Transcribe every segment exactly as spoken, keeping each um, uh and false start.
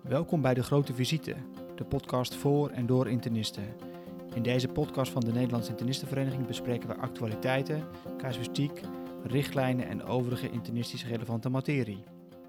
Welkom bij De Grote Visite, de podcast voor en door internisten. In deze podcast van de Nederlandse Internistenvereniging bespreken we actualiteiten, casuïstiek, richtlijnen en overige internistisch relevante materie.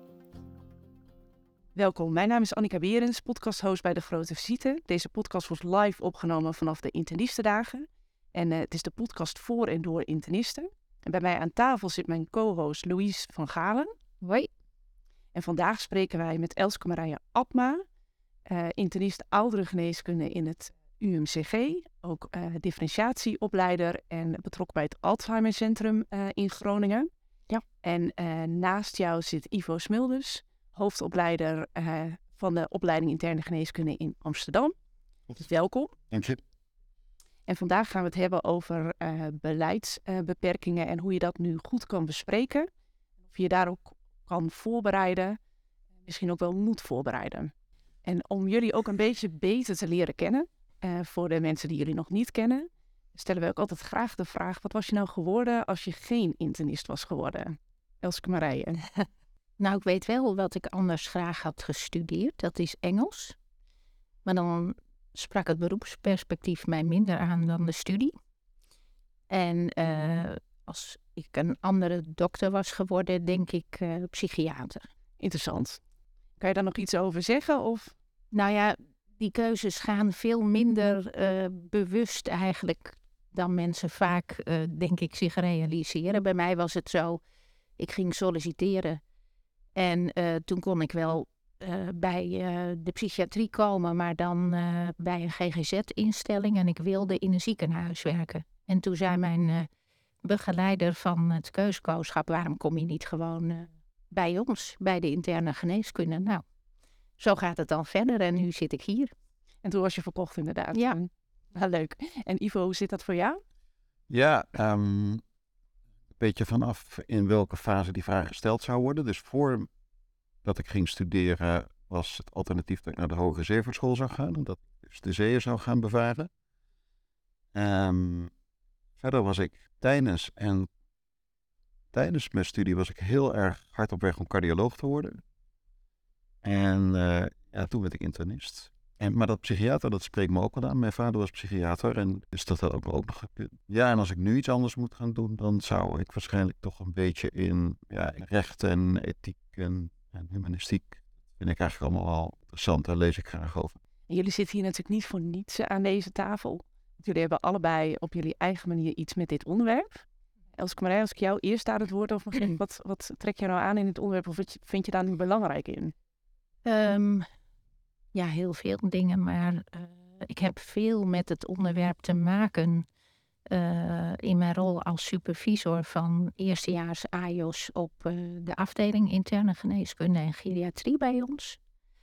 Welkom, mijn naam is Annika Berens, podcasthost bij De Grote Visite. Deze podcast wordt live opgenomen vanaf de Internistendagen. En uh, het is de podcast voor en door internisten. En bij mij aan tafel zit mijn co-host Louise van Galen. Hoi. En vandaag spreken wij met Elske Marije Abma, uh, internist ouderengeneeskunde in het U M C G. Ook uh, differentiatieopleider en betrokken bij het Alzheimercentrum uh, in Groningen. Ja. En uh, naast jou zit Ivo Smilders, hoofdopleider uh, van de opleiding interne geneeskunde in Amsterdam. Dus welkom. Dank je. En vandaag gaan we het hebben over uh, beleidsbeperkingen uh, en hoe je dat nu goed kan bespreken. Of je daar ook kan voorbereiden, misschien ook wel moet voorbereiden. En om jullie ook een beetje beter te leren kennen, uh, voor de mensen die jullie nog niet kennen, stellen we ook altijd graag de vraag, wat was je nou geworden als je geen internist was geworden? Elske Marije. Nou, ik weet wel wat ik anders graag had gestudeerd. Dat is Engels. Maar dan sprak het beroepsperspectief mij minder aan dan de studie. En uh, als ik een andere dokter was geworden, denk ik uh, psychiater. Interessant. Kan je daar nog iets over zeggen? Of? Nou ja, die keuzes gaan veel minder uh, bewust eigenlijk dan mensen vaak, uh, denk ik, zich realiseren. Bij mij was het zo, ik ging solliciteren. En uh, toen kon ik wel uh, bij uh, de psychiatrie komen, maar dan uh, bij een G G Z-instelling. En ik wilde in een ziekenhuis werken. En toen zei mijn uh, begeleider van het keuzekooschap, waarom kom je niet gewoon uh, bij ons, bij de interne geneeskunde? Nou, zo gaat het dan verder en nu zit ik hier. En toen was je verkocht inderdaad. Ja. Nou, leuk. En Ivo, hoe zit dat voor jou? Ja, um, een beetje vanaf in welke fase die vraag gesteld zou worden. Dus voordat ik ging studeren was het alternatief dat ik naar de Hoge Zeevaartschool zou gaan. En dat ik dus de zeeën zou gaan bevaren. Um, verder was ik tijdens en tijdens mijn studie was ik heel erg hard op weg om cardioloog te worden. En uh, ja, toen werd ik internist. En, maar dat psychiater, dat spreekt me ook wel aan. Mijn vader was psychiater en dus dat had ook, ook nog gekund. Ja, en als ik nu iets anders moet gaan doen, dan zou ik waarschijnlijk toch een beetje in ja, recht en ethiek en, en humanistiek. Dat vind ik eigenlijk allemaal wel interessant. Daar lees ik graag over. En jullie zitten hier natuurlijk niet voor niets aan deze tafel. Jullie hebben allebei op jullie eigen manier iets met dit onderwerp. Elske Marije, als ik jou eerst aan het woord of begin, wat, wat trek je nou aan in dit onderwerp of wat vind je daar nu belangrijk in? Um, ja, heel veel dingen, maar uh, ik heb veel met het onderwerp te maken uh, in mijn rol als supervisor van eerstejaars A I O S op uh, de afdeling interne geneeskunde en geriatrie bij ons.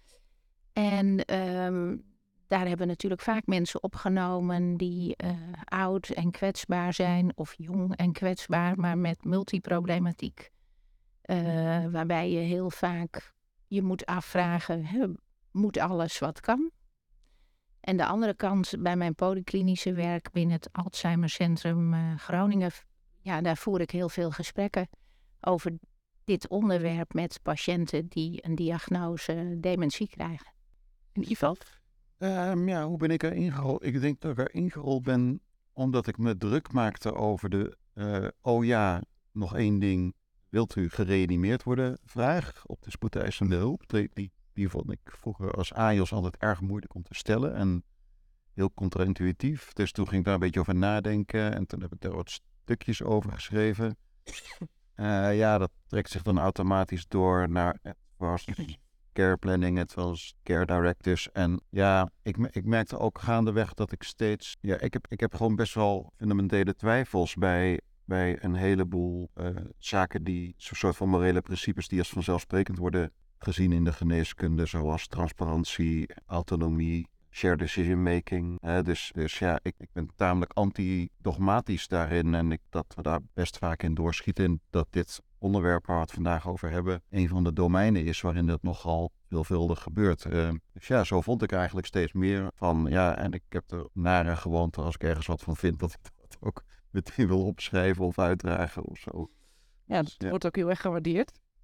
En um, daar hebben we natuurlijk vaak mensen opgenomen die uh, oud en kwetsbaar zijn of jong en kwetsbaar, maar met multiproblematiek. Uh, waarbij je heel vaak je moet afvragen, hè, moet alles wat kan? En de andere kant bij mijn polyklinische werk binnen het Alzheimercentrum uh, Groningen, ja, daar voer ik heel veel gesprekken over dit onderwerp met patiënten die een diagnose dementie krijgen. En Ivo? Um, ja, hoe ben ik er ingerold? Ik denk dat ik er ingerold ben omdat ik me druk maakte over de, uh, oh ja, nog één ding, wilt u gereanimeerd worden? Vraag op de spoedeisende hulp. Die, die, die vond ik vroeger als A I O S altijd erg moeilijk om te stellen en heel contra-intuïtief. Dus toen ging ik daar een beetje over nadenken en toen heb ik daar wat stukjes over geschreven. Uh, ja, dat trekt zich dan automatisch door naar care planning, het was care directives. En ja, ik, ik merkte ook gaandeweg dat ik steeds... Ja, ik heb, ik heb gewoon best wel fundamentele twijfels bij, bij een heleboel uh, zaken die... Zo'n soort van morele principes die als vanzelfsprekend worden gezien in de geneeskunde. Zoals transparantie, autonomie, shared decision making. Uh, dus, dus ja, ik, ik ben tamelijk anti-dogmatisch daarin. En ik, dat we daar best vaak in doorschieten. En dat dit onderwerp waar we het vandaag over hebben een van de domeinen is waarin dat nogal veelvuldig gebeurt. Uh, dus ja, zo vond ik eigenlijk steeds meer van, ja, en ik heb er nare gewoonte als ik ergens wat van vind, dat ik dat ook meteen wil opschrijven of uitdragen of zo. Ja, dat ja. wordt ook heel erg gewaardeerd.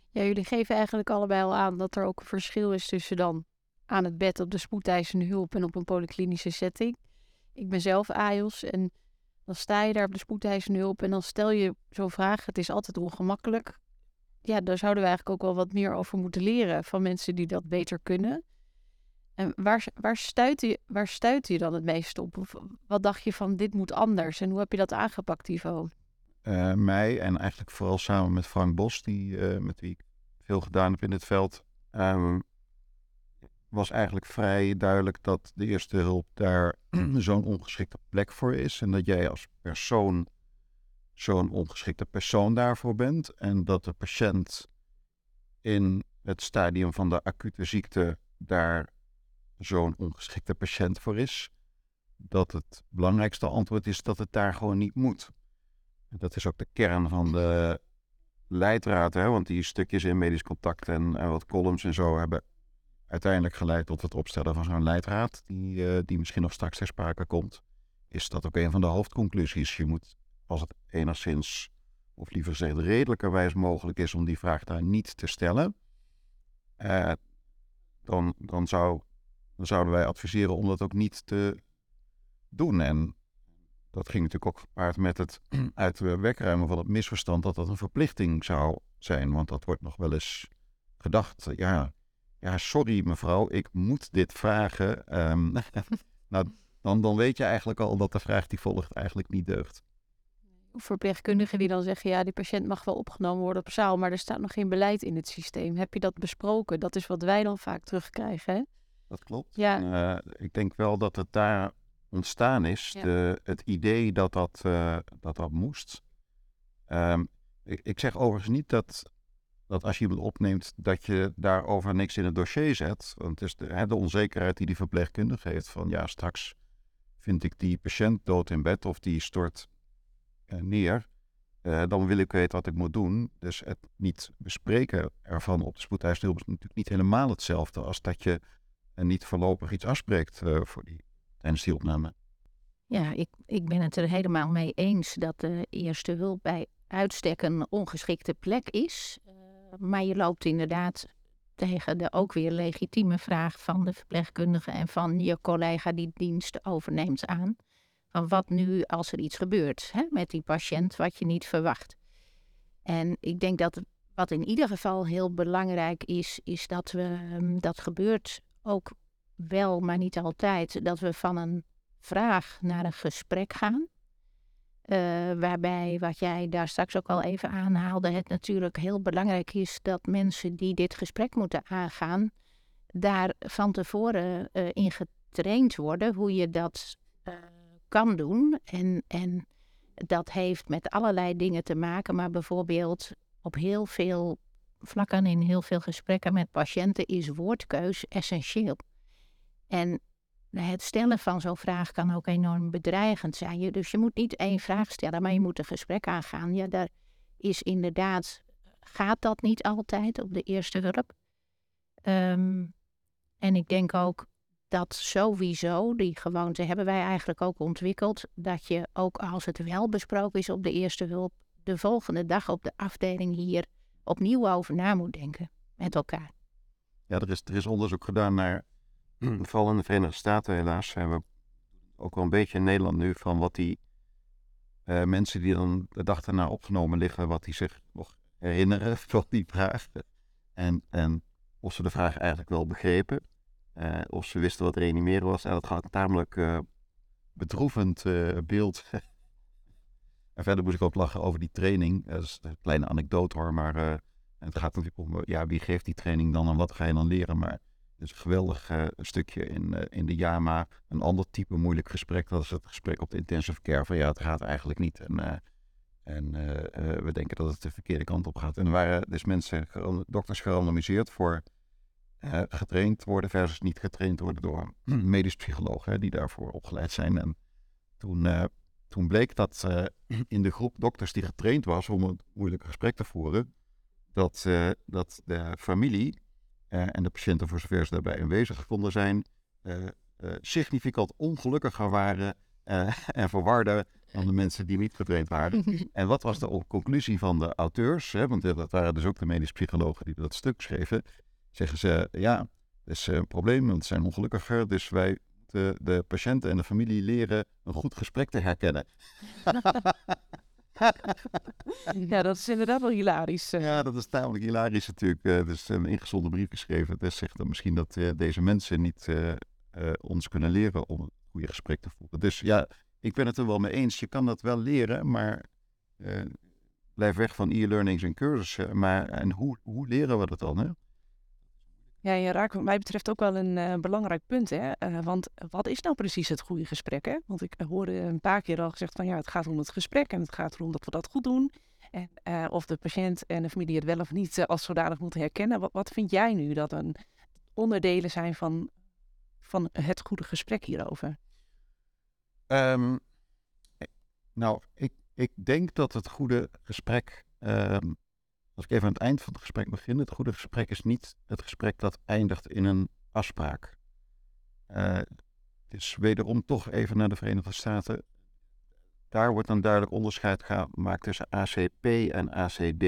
Ja, jullie geven eigenlijk allebei al aan dat er ook een verschil is tussen dan aan het bed op de spoedeisende hulp en op een polyklinische setting. Ik ben zelf A I O S en dan sta je daar op de spoedeisende hulp en dan stel je zo'n vraag. Het is altijd ongemakkelijk. Ja, daar zouden we eigenlijk ook wel wat meer over moeten leren van mensen die dat beter kunnen. En waar, waar, stuit je, waar stuit je dan het meest op? Of wat dacht je van dit moet anders? En hoe heb je dat aangepakt, Ivo? Uh, mij en eigenlijk vooral samen met Frank Bos, die, uh, met wie ik veel gedaan heb in het veld, um, was eigenlijk vrij duidelijk dat de eerste hulp daar zo'n ongeschikte plek voor is. En dat jij als persoon zo'n ongeschikte persoon daarvoor bent. En dat de patiënt in het stadium van de acute ziekte daar zo'n ongeschikte patiënt voor is. Dat het belangrijkste antwoord is dat het daar gewoon niet moet. Dat is ook de kern van de leidraad, hè? Want die stukjes in medisch contact en, en wat columns en zo hebben uiteindelijk geleid tot het opstellen van zo'n leidraad, die, uh, die misschien nog straks ter sprake komt. Is dat ook een van de hoofdconclusies. Je moet, als het enigszins, of liever gezegd redelijkerwijs mogelijk is om die vraag daar niet te stellen, uh, dan, dan, zou, dan zouden wij adviseren om dat ook niet te doen. En dat ging natuurlijk ook gepaard met het uit de weg ruimen van het misverstand dat dat een verplichting zou zijn. Want dat wordt nog wel eens gedacht. Ja, ja sorry mevrouw, ik moet dit vragen. Um, nou, dan, dan weet je eigenlijk al dat de vraag die volgt eigenlijk niet deugt. Verpleegkundigen die dan zeggen, ja, die patiënt mag wel opgenomen worden op zaal, maar er staat nog geen beleid in het systeem. Heb je dat besproken? Dat is wat wij dan vaak terugkrijgen, hè? Dat klopt. Ja. Uh, ik denk wel dat het daar ontstaan is, ja. de, het idee dat dat, uh, dat, dat moest. Um, ik, ik zeg overigens niet dat, dat als je iemand opneemt, dat je daarover niks in het dossier zet. Want het is de, hè, de onzekerheid die die verpleegkundige heeft van ja, straks vind ik die patiënt dood in bed of die stort uh, neer. Uh, dan wil ik weten wat ik moet doen. Dus het niet bespreken ervan op de spoedeisende hulp is natuurlijk niet helemaal hetzelfde als dat je uh, niet voorlopig iets afspreekt uh, voor die tijdens die opname. Ja, ik, ik ben het er helemaal mee eens dat de eerste hulp bij uitstek een ongeschikte plek is. Uh, maar je loopt inderdaad tegen de ook weer legitieme vraag van de verpleegkundige en van je collega die dienst overneemt aan. Van wat nu als er iets gebeurt, hè, met die patiënt wat je niet verwacht. En ik denk dat wat in ieder geval heel belangrijk is, is dat we, um, dat gebeurt ook wel, maar niet altijd, dat we van een vraag naar een gesprek gaan. Uh, waarbij, wat jij daar straks ook al even aanhaalde, het natuurlijk heel belangrijk is dat mensen die dit gesprek moeten aangaan, daar van tevoren uh, in getraind worden hoe je dat uh, kan doen. En, en dat heeft met allerlei dingen te maken, maar bijvoorbeeld op heel veel vlakken in heel veel gesprekken met patiënten is woordkeus essentieel. En het stellen van zo'n vraag kan ook enorm bedreigend zijn. Dus je moet niet één vraag stellen, maar je moet een gesprek aangaan. Ja, daar is inderdaad, gaat dat niet altijd op de eerste hulp. Um, en ik denk ook dat sowieso, die gewoonte hebben wij eigenlijk ook ontwikkeld, dat je ook als het wel besproken is op de eerste hulp, de volgende dag op de afdeling hier opnieuw over na moet denken met elkaar. Ja, er is, er is onderzoek gedaan naar, vooral in de Verenigde Staten helaas, zijn we ook wel een beetje in Nederland nu, van wat die uh, mensen die dan de dag daarna opgenomen liggen, wat die zich nog herinneren van die vraag. En, en of ze de vraag eigenlijk wel begrepen. Uh, of ze wisten wat reanimeren was. En dat gaat een tamelijk uh, bedroevend uh, beeld. En verder moest ik ook lachen over die training. Dat is een kleine anekdote hoor, maar uh, het gaat natuurlijk om, ja, wie geeft die training dan en wat ga je dan leren? Maar het is een geweldig uh, stukje in, uh, in de JAMA. Een ander type moeilijk gesprek, dat is het gesprek op de intensive care. Van ja, het gaat eigenlijk niet. En, uh, en uh, uh, we denken dat het de verkeerde kant op gaat. En er waren dus mensen, dokters gerandomiseerd voor uh, getraind worden versus niet getraind worden door medisch psychologen, hè, die daarvoor opgeleid zijn. En toen... Uh, Toen bleek dat uh, in de groep dokters die getraind was om een moeilijk gesprek te voeren, dat, uh, dat de familie uh, en de patiënten, voor zover ze daarbij aanwezig konden zijn, uh, uh, significant ongelukkiger waren uh, en verwarder dan de mensen die niet getraind waren. En wat was de conclusie van de auteurs? Hè? Want dat waren dus ook de medisch psychologen die dat stuk schreven. Zeggen ze, ja, dat is een probleem, want ze zijn ongelukkiger. Dus wij moeten de patiënten en de familie leren een goed gesprek te herkennen. Ja, dat is inderdaad wel hilarisch. Ja, dat is tamelijk hilarisch natuurlijk. Uh, dus een ingezonden brief geschreven. Het zegt dan misschien dat uh, deze mensen niet uh, uh, ons kunnen leren om een goede gesprek te voeren. Dus ja, ik ben het er wel mee eens. Je kan dat wel leren, maar uh, blijf weg van e-learnings en cursussen. Maar en hoe, hoe leren we dat dan, hè? Ja, je raakt wat mij betreft ook wel een uh, belangrijk punt, hè? Uh, want wat is nou precies het goede gesprek, hè? Want ik hoorde een paar keer al gezegd van ja, het gaat om het gesprek en het gaat erom dat we dat goed doen. En uh, of de patiënt en de familie het wel of niet uh, als zodanig moeten herkennen. Wat, wat vind jij nu dat een onderdelen zijn van, van het goede gesprek hierover? Um, nou, ik, ik denk dat het goede gesprek... Um, Als ik even aan het eind van het gesprek begin, het goede gesprek is niet het gesprek dat eindigt in een afspraak. Uh, het is wederom toch even naar de Verenigde Staten. Daar wordt een duidelijk onderscheid gemaakt tussen A C P en A C D.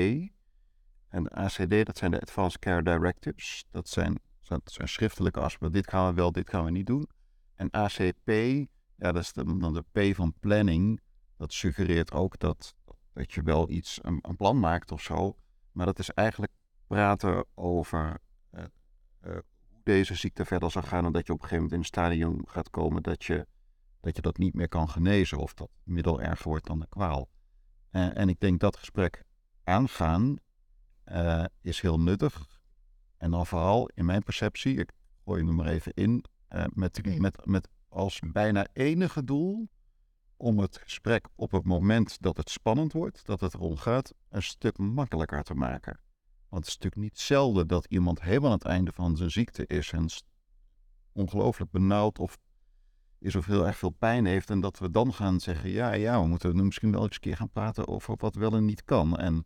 En de A C D, dat zijn de Advanced Care Directives. Dat zijn, dat zijn schriftelijke afspraken. Dit gaan we wel, dit gaan we niet doen. En A C P, ja, dat is de, dan de P van planning. Dat suggereert ook dat, dat je wel iets, een, een plan maakt of zo. Maar dat is eigenlijk praten over uh, uh, hoe deze ziekte verder zal gaan en dat je op een gegeven moment in een stadium gaat komen dat je dat, je dat niet meer kan genezen of dat het middel erger wordt dan de kwaal. Uh, en ik denk dat gesprek aangaan uh, is heel nuttig. En dan vooral in mijn perceptie, ik gooi hem er maar even in, uh, met, met, met als bijna enige doel om het gesprek op het moment dat het spannend wordt, dat het erom gaat, een stuk makkelijker te maken. Want het is natuurlijk niet zelden dat iemand helemaal aan het einde van zijn ziekte is en ongelooflijk benauwd of is of heel erg veel pijn heeft en dat we dan gaan zeggen, ja, ja, we moeten nu misschien wel eens een keer gaan praten over wat wel en niet kan. En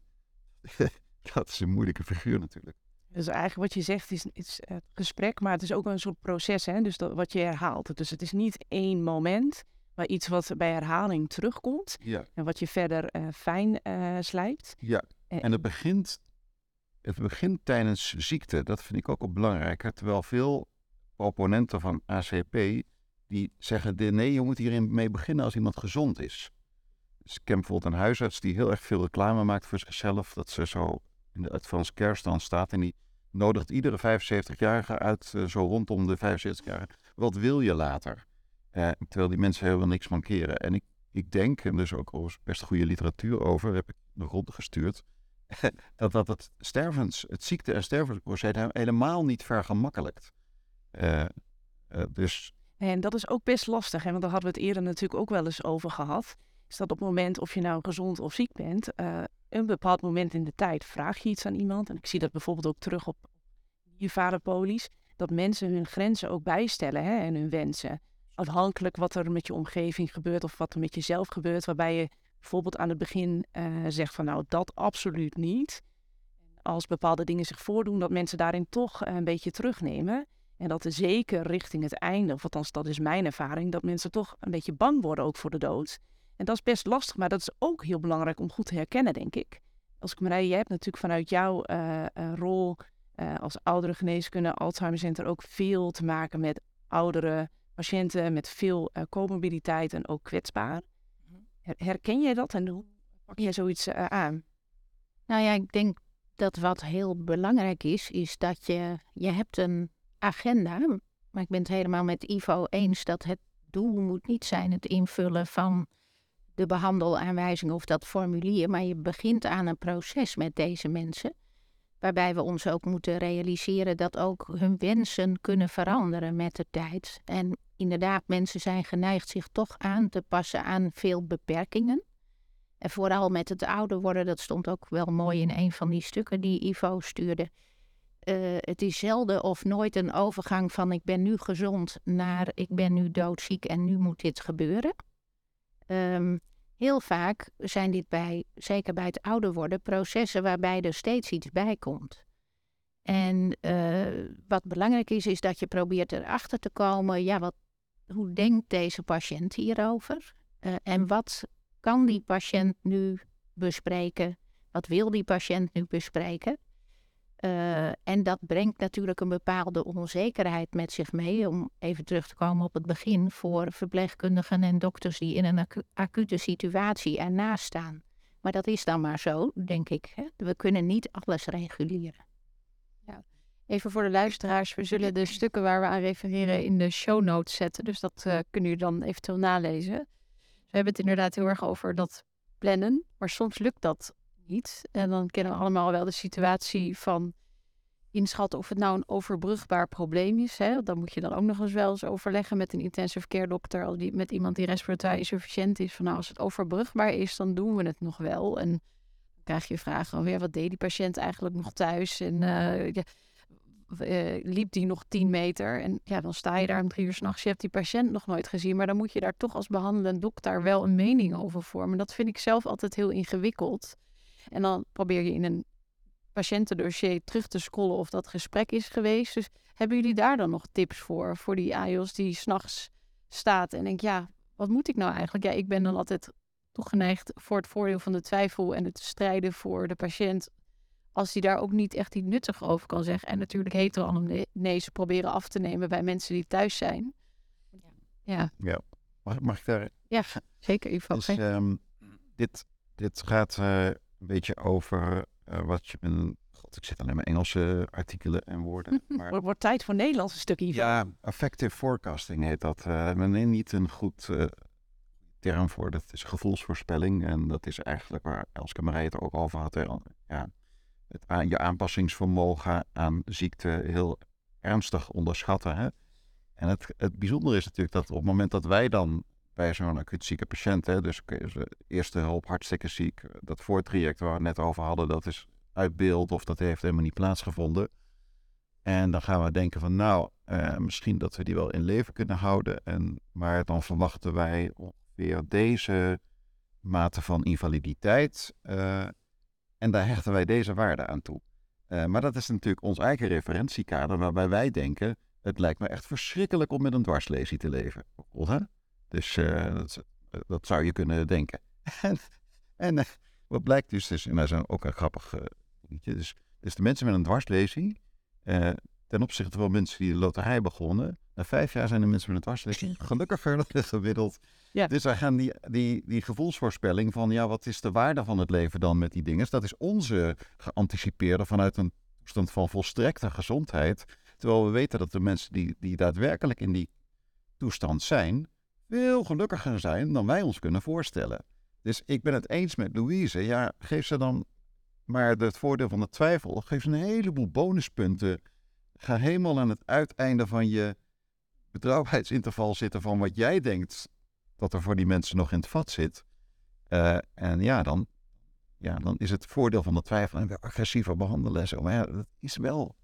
dat is een moeilijke figuur natuurlijk. Dus eigenlijk wat je zegt is, is het gesprek, maar het is ook een soort proces, hè? Dus dat, wat je herhaalt. Dus het is niet één moment, maar iets wat bij herhaling terugkomt. Ja. En wat je verder uh, fijn uh, slijpt. Ja, en het begint, het begint tijdens ziekte. Dat vind ik ook wel belangrijk. Hè? Terwijl veel opponenten van A C P, die zeggen, nee, je moet hierin mee beginnen als iemand gezond is. Dus ik ken bijvoorbeeld een huisarts die heel erg veel reclame maakt voor zichzelf. Dat ze zo in de Advanced Care stand staat en die nodigt iedere vijfenzeventigjarige uit, uh, zo rondom de vijfenzeventigjarige. Wat wil je later? Uh, terwijl die mensen helemaal niks mankeren. En ik, ik denk, en er is ook overigens best goede literatuur over, heb ik nog rondgestuurd, dat dat het stervens, het ziekte- en stervensproces helemaal niet vergemakkelijkt. Uh, uh, dus... En dat is ook best lastig, hè? Want daar hadden we het eerder natuurlijk ook wel eens over gehad. Is dat op het moment of je nou gezond of ziek bent, uh, een bepaald moment in de tijd vraag je iets aan iemand. En ik zie dat bijvoorbeeld ook terug op je vaderpolies, dat mensen hun grenzen ook bijstellen, hè, en hun wensen. Afhankelijk wat er met je omgeving gebeurt of wat er met jezelf gebeurt. Waarbij je bijvoorbeeld aan het begin uh, zegt van nou dat absoluut niet. Als bepaalde dingen zich voordoen, dat mensen daarin toch uh, een beetje terugnemen. En dat er zeker richting het einde, of althans dat is mijn ervaring, dat mensen toch een beetje bang worden ook voor de dood. En dat is best lastig, maar dat is ook heel belangrijk om goed te herkennen, denk ik. Als ik Marije, jij hebt natuurlijk vanuit jouw uh, uh, rol uh, als ouderengeneeskunde, Alzheimer Center ook veel te maken met oudere patiënten met veel uh, comorbiditeit en ook kwetsbaar. Her- herken jij dat en hoe pak jij zoiets uh, aan? Nou ja, ik denk dat wat heel belangrijk is, is dat je, je hebt een agenda, maar ik ben het helemaal met Ivo eens dat het doel moet niet zijn het invullen van de behandelaanwijzing of dat formulier, maar je begint aan een proces met deze mensen, waarbij we ons ook moeten realiseren dat ook hun wensen kunnen veranderen met de tijd. En inderdaad, mensen zijn geneigd zich toch aan te passen aan veel beperkingen. En vooral met het ouder worden, dat stond ook wel mooi in een van die stukken die Ivo stuurde. Uh, het is zelden of nooit een overgang van ik ben nu gezond naar ik ben nu doodziek en nu moet dit gebeuren. Um, heel vaak zijn dit bij, zeker bij het ouder worden, processen waarbij er steeds iets bij komt. En uh, wat belangrijk is, is dat je probeert erachter te komen, ja, wat hoe denkt deze patiënt hierover? Uh, en wat kan die patiënt nu bespreken? Wat wil die patiënt nu bespreken? Uh, en dat brengt natuurlijk een bepaalde onzekerheid met zich mee, om even terug te komen op het begin, voor verpleegkundigen en dokters die in een acu- acute situatie ernaast staan. Maar dat is dan maar zo, denk ik. Hè? We kunnen niet alles reguleren. Ja. Even voor de luisteraars, we zullen de stukken waar we aan refereren in de show notes zetten. Dus dat uh, kunnen jullie dan eventueel nalezen. We hebben het inderdaad heel erg over dat plannen, maar soms lukt dat niet. En dan kennen we allemaal wel de situatie van inschatten of het nou een overbrugbaar probleem is. Hè? Dan moet je dan ook nog eens wel eens overleggen met een intensive care dokter, als die, met iemand die respiratoire insufficiënt is. Van nou, als het overbrugbaar is, dan doen we het nog wel. En dan krijg je vragen alweer, wat deed die patiënt eigenlijk nog thuis? En uh, ja, uh, liep die nog tien meter? En ja, dan sta je daar om drie uur 's nachts. Je hebt die patiënt nog nooit gezien, maar dan moet je daar toch als behandelend dokter wel een mening over vormen. Dat vind ik zelf altijd heel ingewikkeld. En dan probeer je in een patiëntendossier terug te scrollen of dat gesprek is geweest. Dus hebben jullie daar dan nog tips voor? Voor die A I O S die 's nachts staat en denkt, ja, wat moet ik nou eigenlijk? Ja, ik ben dan altijd toegeneigd voor het voordeel van de twijfel en het strijden voor de patiënt. Als die daar ook niet echt iets nuttigs over kan zeggen. En natuurlijk hetero-anamnese proberen af te nemen bij mensen die thuis zijn. Ja, ja. Mag, mag ik daar... Ja, zeker Ivo. Dus, um, dit, dit gaat uh, een beetje over uh, wat je... Een, God, ik zit alleen maar Engelse artikelen en woorden. Maar... Het wordt tijd voor Nederlands een stuk, Ivo. Ja, affective forecasting heet dat. Uh, men niet een goed uh, term voor. Dat is gevoelsvoorspelling. En dat is eigenlijk waar Elske Marij het ook over had. Ja, het aan, je aanpassingsvermogen aan ziekte heel ernstig onderschatten. Hè? En het, het bijzondere is natuurlijk dat op het moment dat wij dan bij zo'n acuut zieke patiënt, hè, dus de eerste hulp hartstikke ziek, dat voortraject waar we het net over hadden, dat is uit beeld of dat heeft helemaal niet plaatsgevonden. En dan gaan we denken van nou, uh, misschien dat we die wel in leven kunnen houden. En, maar dan verwachten wij ongeveer deze mate van invaliditeit. Uh, en daar hechten wij deze waarde aan toe. Uh, maar dat is natuurlijk ons eigen referentiekader waarbij wij denken, het lijkt me echt verschrikkelijk om met een dwarslesie te leven. Hè? Dus uh, dat, dat zou je kunnen denken. en en uh, wat blijkt dus, dus en dat is ook een grappig uh, dingetje. Dus, dus de mensen met een dwarslesie, uh, ten opzichte van mensen die de loterij begonnen, na vijf jaar zijn de mensen met een dwarslesie gelukkiger dan gemiddeld. Ja. Dus wij gaan die, die, die gevoelsvoorspelling van, ja, wat is de waarde van het leven dan met die dingen? Dat is onze geanticipeerde vanuit een toestand van volstrekte gezondheid. Terwijl we weten dat de mensen die, die daadwerkelijk in die toestand zijn, veel gelukkiger zijn dan wij ons kunnen voorstellen. Dus ik ben het eens met Louise. Ja, geef ze dan maar het voordeel van de twijfel. Geef ze een heleboel bonuspunten. Ga helemaal aan het uiteinde van je betrouwbaarheidsinterval zitten van wat jij denkt dat er voor die mensen nog in het vat zit. Uh, en ja dan, ja, dan is het voordeel van de twijfel en weer agressiever behandelen en zo. Maar ja, dat is wel...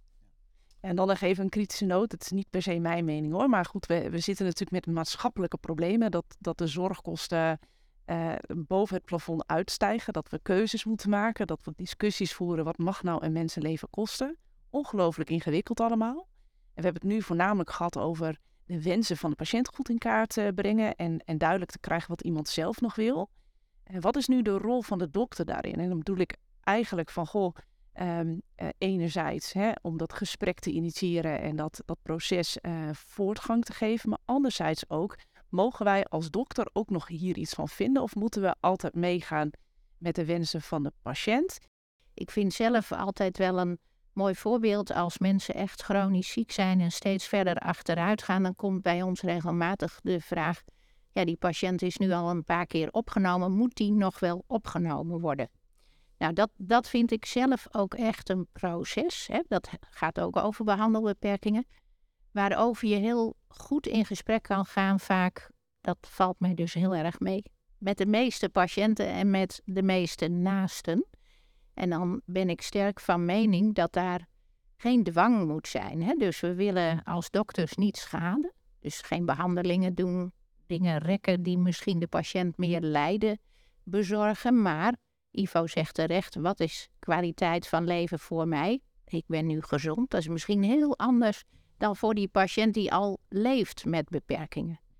En dan nog even een kritische noot. Het is niet per se mijn mening hoor. Maar goed, we, we zitten natuurlijk met maatschappelijke problemen. Dat, dat de zorgkosten uh, boven het plafond uitstijgen. Dat we keuzes moeten maken. Dat we discussies voeren. Wat mag nou een mensenleven kosten? Ongelooflijk ingewikkeld allemaal. En we hebben het nu voornamelijk gehad over de wensen van de patiënt goed in kaart uh, brengen. En, en duidelijk te krijgen wat iemand zelf nog wil. En wat is nu de rol van de dokter daarin? En dan bedoel ik eigenlijk van, goh... Um, uh, enerzijds hè, om dat gesprek te initiëren en dat, dat proces uh, voortgang te geven. Maar anderzijds ook, mogen wij als dokter ook nog hier iets van vinden? Of moeten we altijd meegaan met de wensen van de patiënt? Ik vind zelf altijd wel een mooi voorbeeld als mensen echt chronisch ziek zijn en steeds verder achteruit gaan. Dan komt bij ons regelmatig de vraag, ja, die patiënt is nu al een paar keer opgenomen. Moet die nog wel opgenomen worden? Nou, dat, dat vind ik zelf ook echt een proces. Hè? Dat gaat ook over behandelbeperkingen. Waarover je heel goed in gesprek kan gaan vaak. Dat valt mij dus heel erg mee. Met de meeste patiënten en met de meeste naasten. En dan ben ik sterk van mening dat daar geen dwang moet zijn. Hè? Dus we willen als dokters niet schaden. Dus geen behandelingen doen. Dingen rekken die misschien de patiënt meer lijden bezorgen. Maar... Ivo zegt terecht, wat is kwaliteit van leven voor mij? Ik ben nu gezond. Dat is misschien heel anders dan voor die patiënt die al leeft met beperkingen.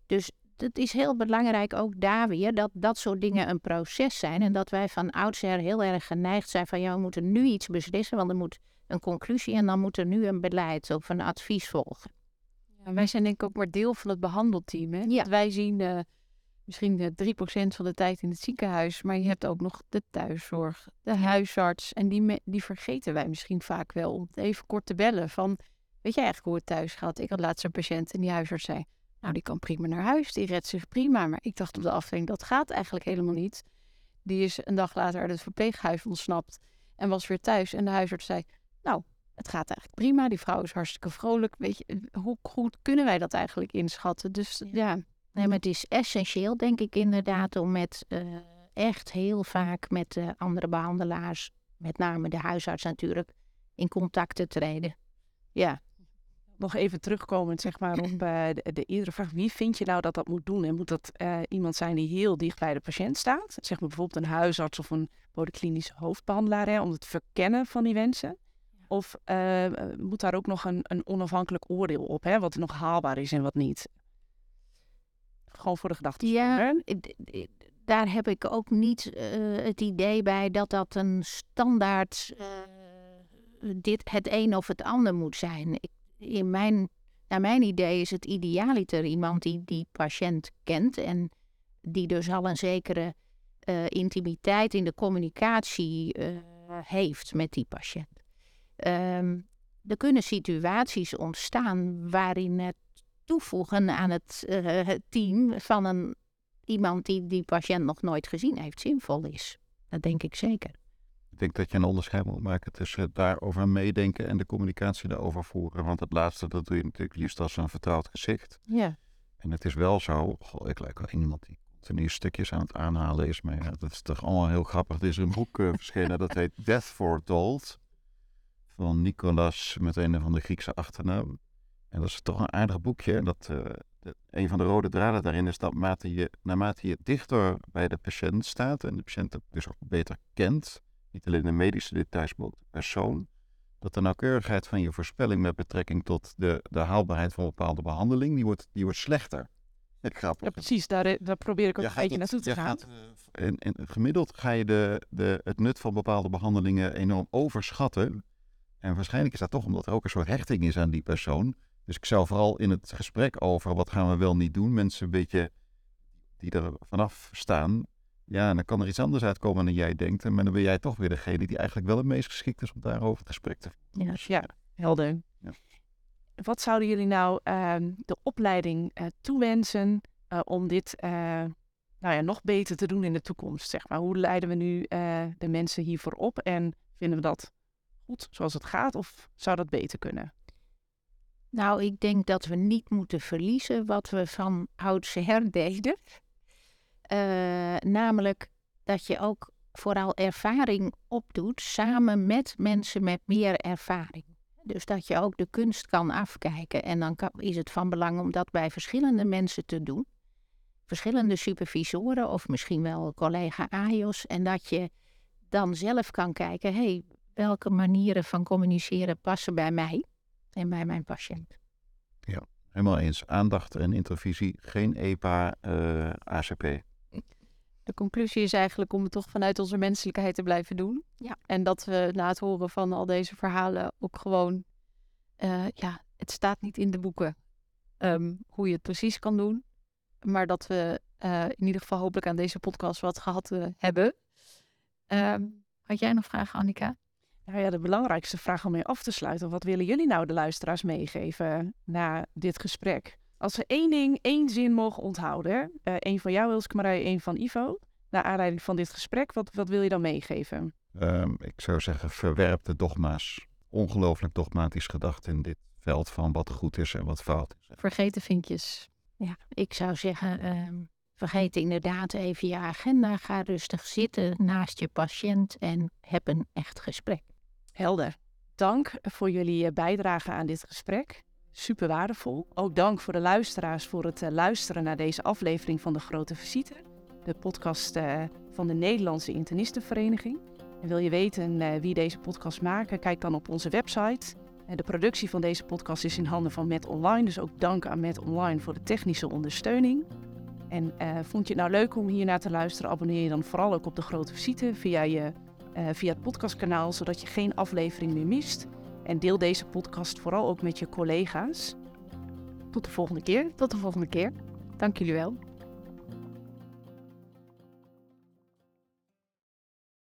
Dus het is heel belangrijk ook daar weer dat dat soort dingen een proces zijn. En dat wij van oudsher heel erg geneigd zijn van ja, we moeten nu iets beslissen, want er moet een conclusie en dan moet er nu een beleid of een advies volgen. Ja, wij zijn denk ik ook maar deel van het behandelteam. Hè? Ja. Want wij zien uh, misschien uh, drie procent van de tijd in het ziekenhuis, maar je hebt ook nog de thuiszorg, de huisarts. En die, me- die vergeten wij misschien vaak wel om even kort te bellen van, weet jij eigenlijk hoe het thuis gaat? Ik had laatst een patiënt en die huisarts zei, nou die kan prima naar huis, die redt zich prima. Maar ik dacht op de afdeling, dat gaat eigenlijk helemaal niet. Die is een dag later uit het verpleeghuis ontsnapt en was weer thuis. En de huisarts zei, nou, het gaat eigenlijk prima. Die vrouw is hartstikke vrolijk. Weet je, hoe goed kunnen wij dat eigenlijk inschatten? Dus ja. ja. Nee, maar het is essentieel, denk ik inderdaad, om met uh, echt heel vaak met uh, andere behandelaars, met name de huisarts natuurlijk, in contact te treden. Ja. Nog even terugkomend zeg maar, op uh, de, de eerdere vraag. Wie vind je nou dat dat moet doen? En moet dat uh, iemand zijn die heel dicht bij de patiënt staat? Zeg maar bijvoorbeeld een huisarts of een polyklinische hoofdbehandelaar, hè, om het verkennen van die wensen? Of uh, moet daar ook nog een, een onafhankelijk oordeel op, hè, wat nog haalbaar is en wat niet? Gewoon voor de gedachte. Ja, daar heb ik ook niet uh, het idee bij dat dat een standaard uh, dit, het een of het ander moet zijn. Ik, in mijn, naar mijn idee is het idealiter iemand die die patiënt kent en die dus al een zekere uh, intimiteit in de communicatie uh, heeft met die patiënt. Um, er kunnen situaties ontstaan waarin het toevoegen aan het, uh, het team van een, iemand die die patiënt nog nooit gezien heeft zinvol is. Dat denk ik zeker. Ik denk dat je een onderscheid moet maken tussen daarover meedenken en de communicatie daarover voeren. Want het laatste, dat doe je natuurlijk liefst als een vertrouwd gezicht. Ja. En het is wel zo, goh, ik lijk wel iemand die continu stukjes aan het aanhalen is. Maar ja, dat is toch allemaal heel grappig. Er is een boek uh, verschenen, dat heet Death Foretold. Van Nicolas met een van de Griekse achternaam. En dat is toch een aardig boekje. Dat, uh, de, een van de rode draden daarin is dat naarmate je, naarmate je dichter bij de patiënt staat en de patiënt dus ook beter kent, niet alleen de medische details, maar ook de persoon, dat de nauwkeurigheid van je voorspelling met betrekking tot de, de haalbaarheid van een bepaalde behandeling, die wordt, die wordt slechter. Grappig. Ja, precies. Daar, daar probeer ik ook je een beetje naartoe te gaan. Gaat, uh, en, en gemiddeld ga je de, de, het nut van bepaalde behandelingen enorm overschatten. En waarschijnlijk is dat toch omdat er ook een soort hechting is aan die persoon. Dus ik zou vooral in het gesprek over wat gaan we wel niet doen, mensen een beetje die er vanaf staan. Ja, en dan kan er iets anders uitkomen dan jij denkt. Maar dan ben jij toch weer degene die eigenlijk wel het meest geschikt is om daarover het gesprek te voeren. Ja, ja, helder. Ja. Wat zouden jullie nou uh, de opleiding uh, toewensen uh, om dit uh, nou ja, nog beter te doen in de toekomst? Zeg maar. Hoe leiden we nu uh, de mensen hiervoor op en vinden we dat goed zoals het gaat of zou dat beter kunnen? Nou, ik denk dat we niet moeten verliezen wat we van oudsher deden. Uh, namelijk dat je ook vooral ervaring opdoet samen met mensen met meer ervaring. Dus dat je ook de kunst kan afkijken. En dan kan, is het van belang om dat bij verschillende mensen te doen. Verschillende supervisoren of misschien wel collega A I O S. En dat je dan zelf kan kijken, hé, hey, welke manieren van communiceren passen bij mij en bij mijn patiënt. Ja, helemaal eens. Aandacht en intervisie, geen E P A, uh, A C P. De conclusie is eigenlijk om het toch vanuit onze menselijkheid te blijven doen. Ja. En dat we na het horen van al deze verhalen ook gewoon, uh, ja, het staat niet in de boeken um, hoe je het precies kan doen. Maar dat we uh, in ieder geval hopelijk aan deze podcast wat gehad uh, hebben. Um, had jij nog vragen, Annika? Nou ja, de belangrijkste vraag om mee af te sluiten. Wat willen jullie nou de luisteraars meegeven na dit gesprek? Als we één ding, één zin mogen onthouden. Uh, één van jou, Ilse Marij, één van Ivo. Naar aanleiding van dit gesprek, wat, wat wil je dan meegeven? Um, ik zou zeggen, verwerp de dogma's. Ongelooflijk dogmatisch gedacht in dit veld van wat goed is en wat fout is. Vergeet de vinkjes. Ja, ik zou zeggen, um, vergeet inderdaad even je agenda. Ga rustig zitten naast je patiënt en heb een echt gesprek. Helder. Dank voor jullie bijdrage aan dit gesprek. Super waardevol. Ook dank voor de luisteraars voor het uh, luisteren naar deze aflevering van De Grote Visite. De podcast uh, van de Nederlandse Internistenvereniging. En wil je weten uh, wie deze podcast maken? Kijk dan op onze website De productie van deze podcast is in handen van Met Online, dus ook dank aan Met Online voor de technische ondersteuning. En uh, vond je het nou leuk om hiernaar te luisteren, abonneer je dan vooral ook op De Grote Visite via, je, uh, via het podcastkanaal, zodat je geen aflevering meer mist. En deel deze podcast vooral ook met je collega's. Tot de volgende keer. Tot de volgende keer. Dank jullie wel.